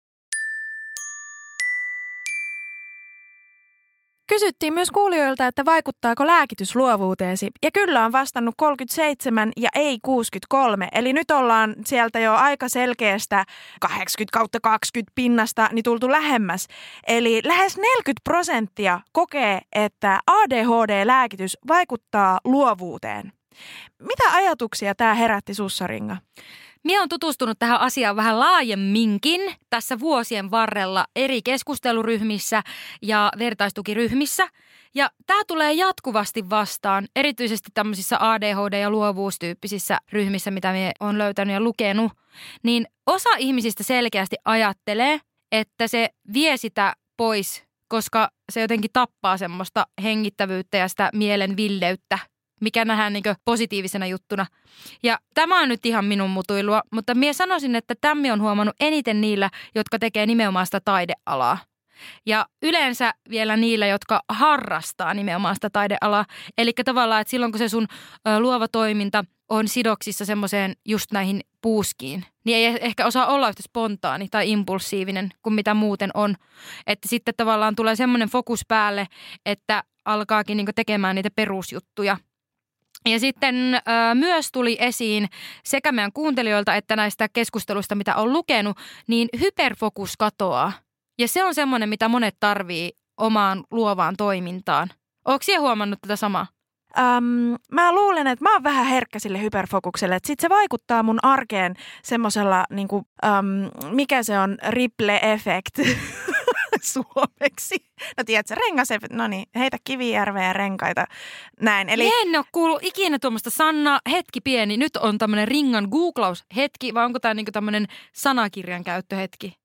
Kysyttiin myös kuulijoilta, että vaikuttaako lääkitys luovuuteesi, ja kyllä on vastannut 37 ja ei 63, eli nyt ollaan sieltä jo aika selkeästä 80/20 pinnasta niin tultu lähemmäs. Eli lähes 40% kokee, että ADHD-lääkitys vaikuttaa luovuuteen. Mitä ajatuksia tämä herätti sussa, Ringa? Minä olen tutustunut tähän asiaan vähän laajemminkin tässä vuosien varrella eri keskusteluryhmissä ja vertaistukiryhmissä. Ja tämä tulee jatkuvasti vastaan, erityisesti tämmöisissä ADHD- ja luovuustyyppisissä ryhmissä, mitä minä olen löytänyt ja lukenut. Niin osa ihmisistä selkeästi ajattelee, että se vie sitä pois, koska se jotenkin tappaa semmoista hengittävyyttä ja sitä mielen villeyttä, mikä nähdään niin kuin positiivisena juttuna. Ja tämä on nyt ihan minun mutuilua, mutta minä sanoisin, että tämä on huomannut eniten niillä, jotka tekee nimenomaan sitä taidealaa. Ja yleensä vielä niillä, jotka harrastaa nimenomaan sitä taidealaa. Eli tavallaan, että silloin kun se sun luova toiminta on sidoksissa semmoiseen just näihin puuskiin, niin ei ehkä osaa olla yhtä spontaani tai impulsiivinen kuin mitä muuten on. Että sitten tavallaan tulee semmoinen fokus päälle, että alkaakin niinku tekemään niitä perusjuttuja. Ja sitten myös tuli esiin sekä meidän kuuntelijoilta että näistä keskusteluista, mitä on lukenut, niin hyperfokus katoaa. Ja se on semmoinen, mitä monet tarvii omaan luovaan toimintaan. Ootko sinä huomannut tätä samaa? Mä luulen, että mä oon vähän herkkä sille hyperfokukselle. Että sit se vaikuttaa mun arkeen semmosella, niinku, mikä se on, ripple effect suomeksi. No tiedätkö, no niin, heitä Kivijärveä ja renkaita. Näin. Eli en ole kuullut ikinä tuommoista Sanna, hetki pieni. Nyt on tämmöinen Ringan googlaushetki, vai onko tämä niinku tämmöinen sanakirjan käyttöhetki?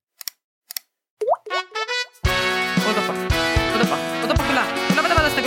Otapa kyllä. Kylläpä tästä,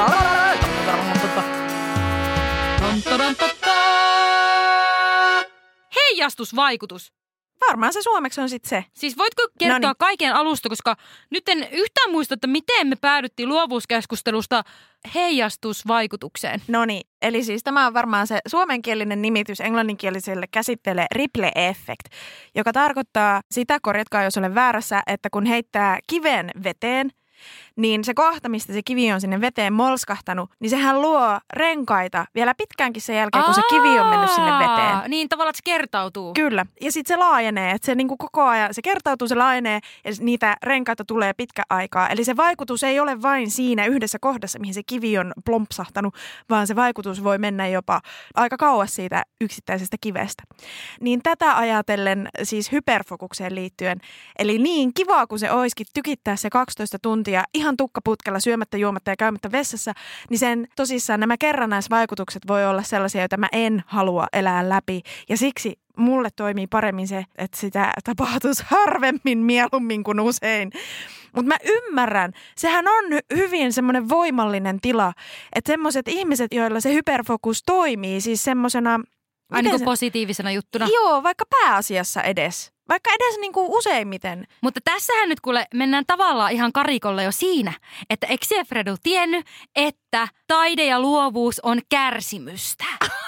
Heijastusvaikutus. Varmaan se suomeksi on sitten se. Siis voitko kertoa kaiken alusta, koska nyt en yhtään muista, että miten me päädyttiin luovuuskeskustelusta heijastusvaikutukseen. No niin, eli siis tämä on varmaan se suomenkielinen nimitys englanninkieliselle käsitteelle ripple effect, joka tarkoittaa sitä, korjatkaa jos olen väärässä, että kun heittää kiven veteen, niin se kohta, mistä se kivi on sinne veteen molskahtanut, niin sehän luo renkaita vielä pitkäänkin sen jälkeen, kun se kivi on mennyt sinne veteen. Niin tavallaan, että se kertautuu. Kyllä. Ja sitten se laajenee, että se niinku koko ajan, se kertautuu, se laajenee ja niitä renkaita tulee pitkä aikaa. Eli se vaikutus ei ole vain siinä yhdessä kohdassa, mihin se kivi on plompsahtanut, vaan se vaikutus voi mennä jopa aika kauas siitä yksittäisestä kivestä. Niin tätä ajatellen siis hyperfokukseen liittyen, eli niin kivaa kuin se olisikin tykittää se 12 tuntia ihan tukkaputkella syömättä, juomatta ja käymättä vessassa, niin sen tosissaan nämä kerrannaisvaikutukset voi olla sellaisia, joita mä en halua elää läpi. Ja siksi mulle toimii paremmin se, että sitä tapahtuisi harvemmin mieluummin kuin usein. Mutta mä ymmärrän, sehän on hyvin semmoinen voimallinen tila, että semmoiset ihmiset, joilla se hyperfokus toimii, siis semmoisena aina niin positiivisena juttuna. Joo, vaikka pääasiassa edes. Vaikka edes niinku useimmiten. Mutta tässähän nyt kuule mennään tavallaan ihan karikolle jo siinä, että eikö se Fredu tiennyt, että taide ja luovuus on kärsimystä.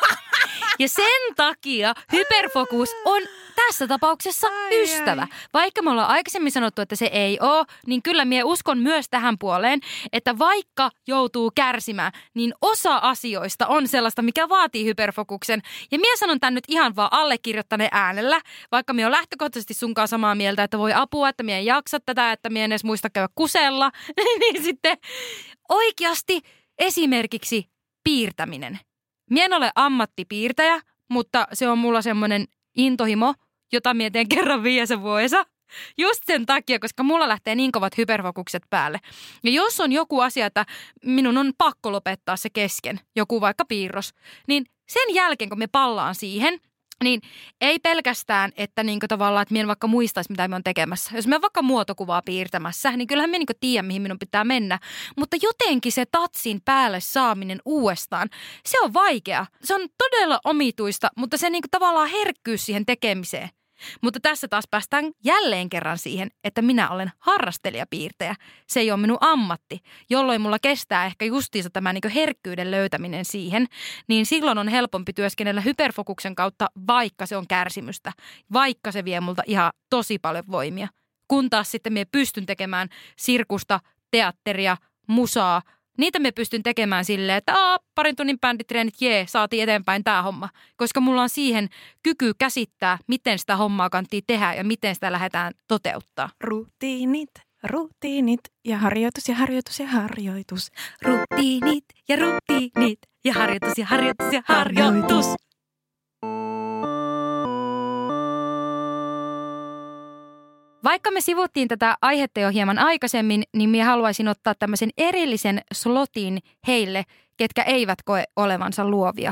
Ja sen takia hyperfokus on tässä tapauksessa ystävä. Vaikka me ollaan aikaisemmin sanottu, että se ei ole, niin kyllä minä uskon myös tähän puoleen, että vaikka joutuu kärsimään, niin osa asioista on sellaista, mikä vaatii hyperfokuksen. Ja minä sanon tämän nyt ihan vaan allekirjoittaneen äänellä, vaikka minä olen lähtökohtaisesti sunkaan samaa mieltä, että voi apua, että minä en jaksa tätä, että minä en edes muista käydä kusella. Niin sitten oikeasti esimerkiksi piirtäminen. Mie en ole ammattipiirtäjä, mutta se on mulla semmoinen intohimo, jota mie teen kerran 5 vuodessa. Just sen takia, koska mulla lähtee niin kovat hyperfokukset päälle. Ja jos on joku asia, että minun on pakko lopettaa se kesken, joku vaikka piirros, niin sen jälkeen, kun me pallaan siihen, niin ei pelkästään, että niinku tavallaan, että minä en vaikka muistaisi, mitä me on tekemässä. Jos me vaikka muotokuvaa piirtämässä, niin kyllähän me niinku tiedän, mihin minun pitää mennä. Mutta jotenkin se tatsin päälle saaminen uudestaan, se on vaikea. Se on todella omituista, mutta se niinku tavallaan herkkyys siihen tekemiseen. Mutta tässä taas päästään jälleen kerran siihen, että minä olen harrastelijapiirtäjä. Se ei ole minun ammatti, jolloin mulla kestää ehkä justiinsa tämä niin kuin herkkyyden löytäminen siihen, niin silloin on helpompi työskennellä hyperfokuksen kautta, vaikka se on kärsimystä, vaikka se vie multa ihan tosi paljon voimia. Kun taas sitten minä pystyn tekemään sirkusta, teatteria, musaa, niitä me pystyn tekemään silleen, että parin tunnin bänditreenit, saatiin eteenpäin tää homma. Koska mulla on siihen kyky käsittää, miten sitä hommaa kannattaa tehdä ja miten sitä lähdetään toteuttaa. Rutiinit ja harjoitus ja harjoitus ja harjoitus. Rutiinit ja rutiinit ja harjoitus ja harjoitus ja harjoitus. Vaikka me sivuttiin tätä aihetta jo hieman aikaisemmin, niin minä haluaisin ottaa tämmöisen erillisen slotin heille, ketkä eivät koe olevansa luovia.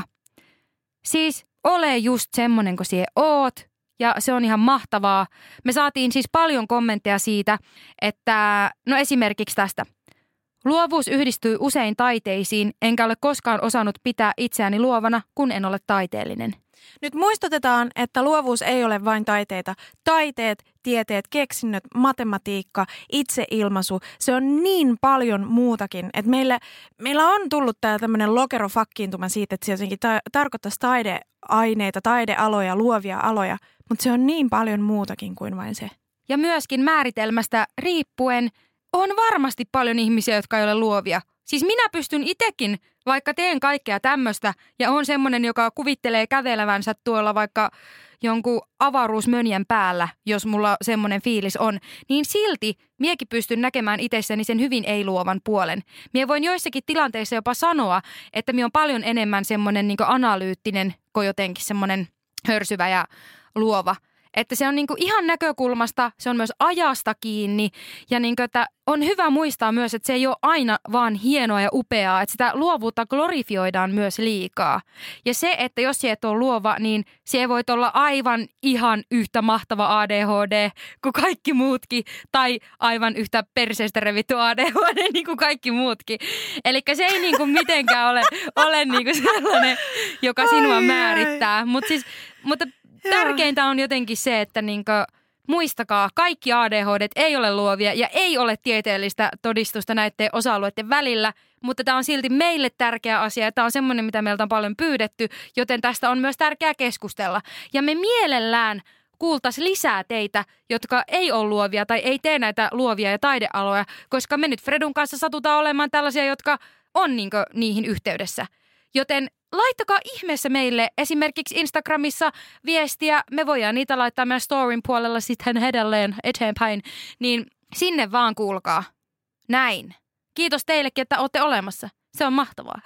Siis ole just semmonen kuin sie oot, ja se on ihan mahtavaa. Me saatiin siis paljon kommentteja siitä, että no esimerkiksi tästä. Luovuus yhdistyy usein taiteisiin, enkä ole koskaan osannut pitää itseäni luovana, kun en ole taiteellinen. Nyt muistutetaan, että luovuus ei ole vain taiteita. Taiteet, tieteet, keksinnöt, matematiikka, itseilmaisu, se on niin paljon muutakin. Että meillä on tullut tämä tämmöinen lokerofakkiintuma siitä, että se jotenkin tarkoittaisi taideaineita, taidealoja, luovia aloja. Mutta se on niin paljon muutakin kuin vain se. Ja myöskin määritelmästä riippuen on varmasti paljon ihmisiä, jotka ei ole luovia. Siis minä pystyn itsekin, vaikka teen kaikkea tämmöistä ja on semmoinen, joka kuvittelee kävelevänsä tuolla vaikka jonkun avaruusmönjän päällä, jos mulla semmoinen fiilis on, niin silti miekin pystyn näkemään itsessäni sen hyvin ei-luovan puolen. Mie voin joissakin tilanteissa jopa sanoa, että mie on paljon enemmän semmoinen niin kuin analyyttinen kuin jotenkin semmoinen hörsyvä ja luova. Että se on niinku ihan näkökulmasta, se on myös ajasta kiinni ja niinku, että on hyvä muistaa myös, että se ei ole aina vaan hienoa ja upeaa, että sitä luovuutta glorifioidaan myös liikaa. Ja se, että jos sä et ole luova, niin se voit olla aivan ihan yhtä mahtava ADHD kuin kaikki muutkin tai aivan yhtä perseestä revitty ADHD niin kuin kaikki muutkin. Eli se ei niinku mitenkään ole niinku sellainen, joka sinua määrittää, mutta tärkeintä on jotenkin se, että niinku, muistakaa, kaikki ADHD ei ole luovia ja ei ole tieteellistä todistusta näiden osa-alueiden välillä, mutta tämä on silti meille tärkeä asia ja tämä on semmoinen, mitä meiltä on paljon pyydetty, joten tästä on myös tärkeää keskustella. Ja me mielellään kuultaisiin lisää teitä, jotka ei ole luovia tai ei tee näitä luovia ja taidealoja, koska me nyt Fredun kanssa satutaan olemaan tällaisia, jotka on niinku niihin yhteydessä. Joten laittakaa ihmeessä meille esimerkiksi Instagramissa viestiä. Me voidaan niitä laittaa meidän storyn puolella sitten edelleen eteenpäin. Niin sinne vaan kuulkaa. Näin. Kiitos teillekin, että olette olemassa. Se on mahtavaa.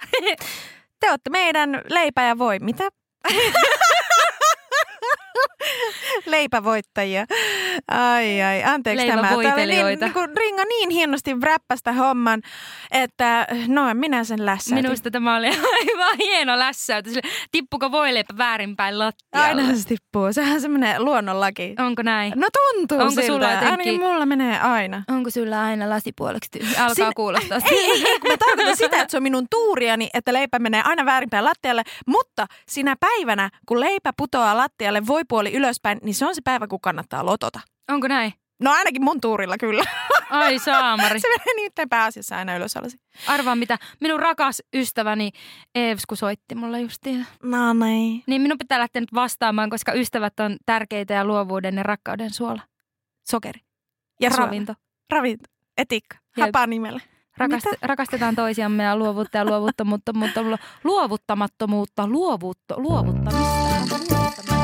Te olette meidän leipä ja voi. Mitä? Leipävoittajia. Ai, anteeksi tämä. Leipävoitelijoita. Ringa niin hienosti räppästä homman, että no minä sen lässäytin. Minusta tämä oli aivan hieno lässäytys. Tippuko voileipä väärinpäin lattialle? Aina se tippuu. Sehän on semmoinen luonnonlaki. Onko näin? No tuntuu onko siltä. Sulla jotenkin... Ainakin mulla menee aina. Onko sulla aina lasipuoleksi tyhjä? Alkaa kuulostaa. Ei, kun mä tarkoitan sitä, että se on minun tuuriani, että leipä menee aina väärinpäin lattialle, mutta sinä päivänä, kun leipä putoaa lattialle voipuoli ylöspäin, niin se on se päivä, kun kannattaa lotota. Onko näin? No ainakin mun tuurilla kyllä. Ai saamari. Se menee niiden pääasiassa aina ylös alasi. Arvaa mitä. Minun rakas ystäväni Eevsku soitti mulle justiin. No niin. Niin minun pitää lähteä nyt vastaamaan, koska ystävät on tärkeitä ja luovuuden ja rakkauden suola. Sokeri. Ja ravinto. Ravinto. Etiikka. Hapaa nimellä. Rakastetaan toisiamme ja luovuutta ja luovuttamattomuutta. Luovuttamista.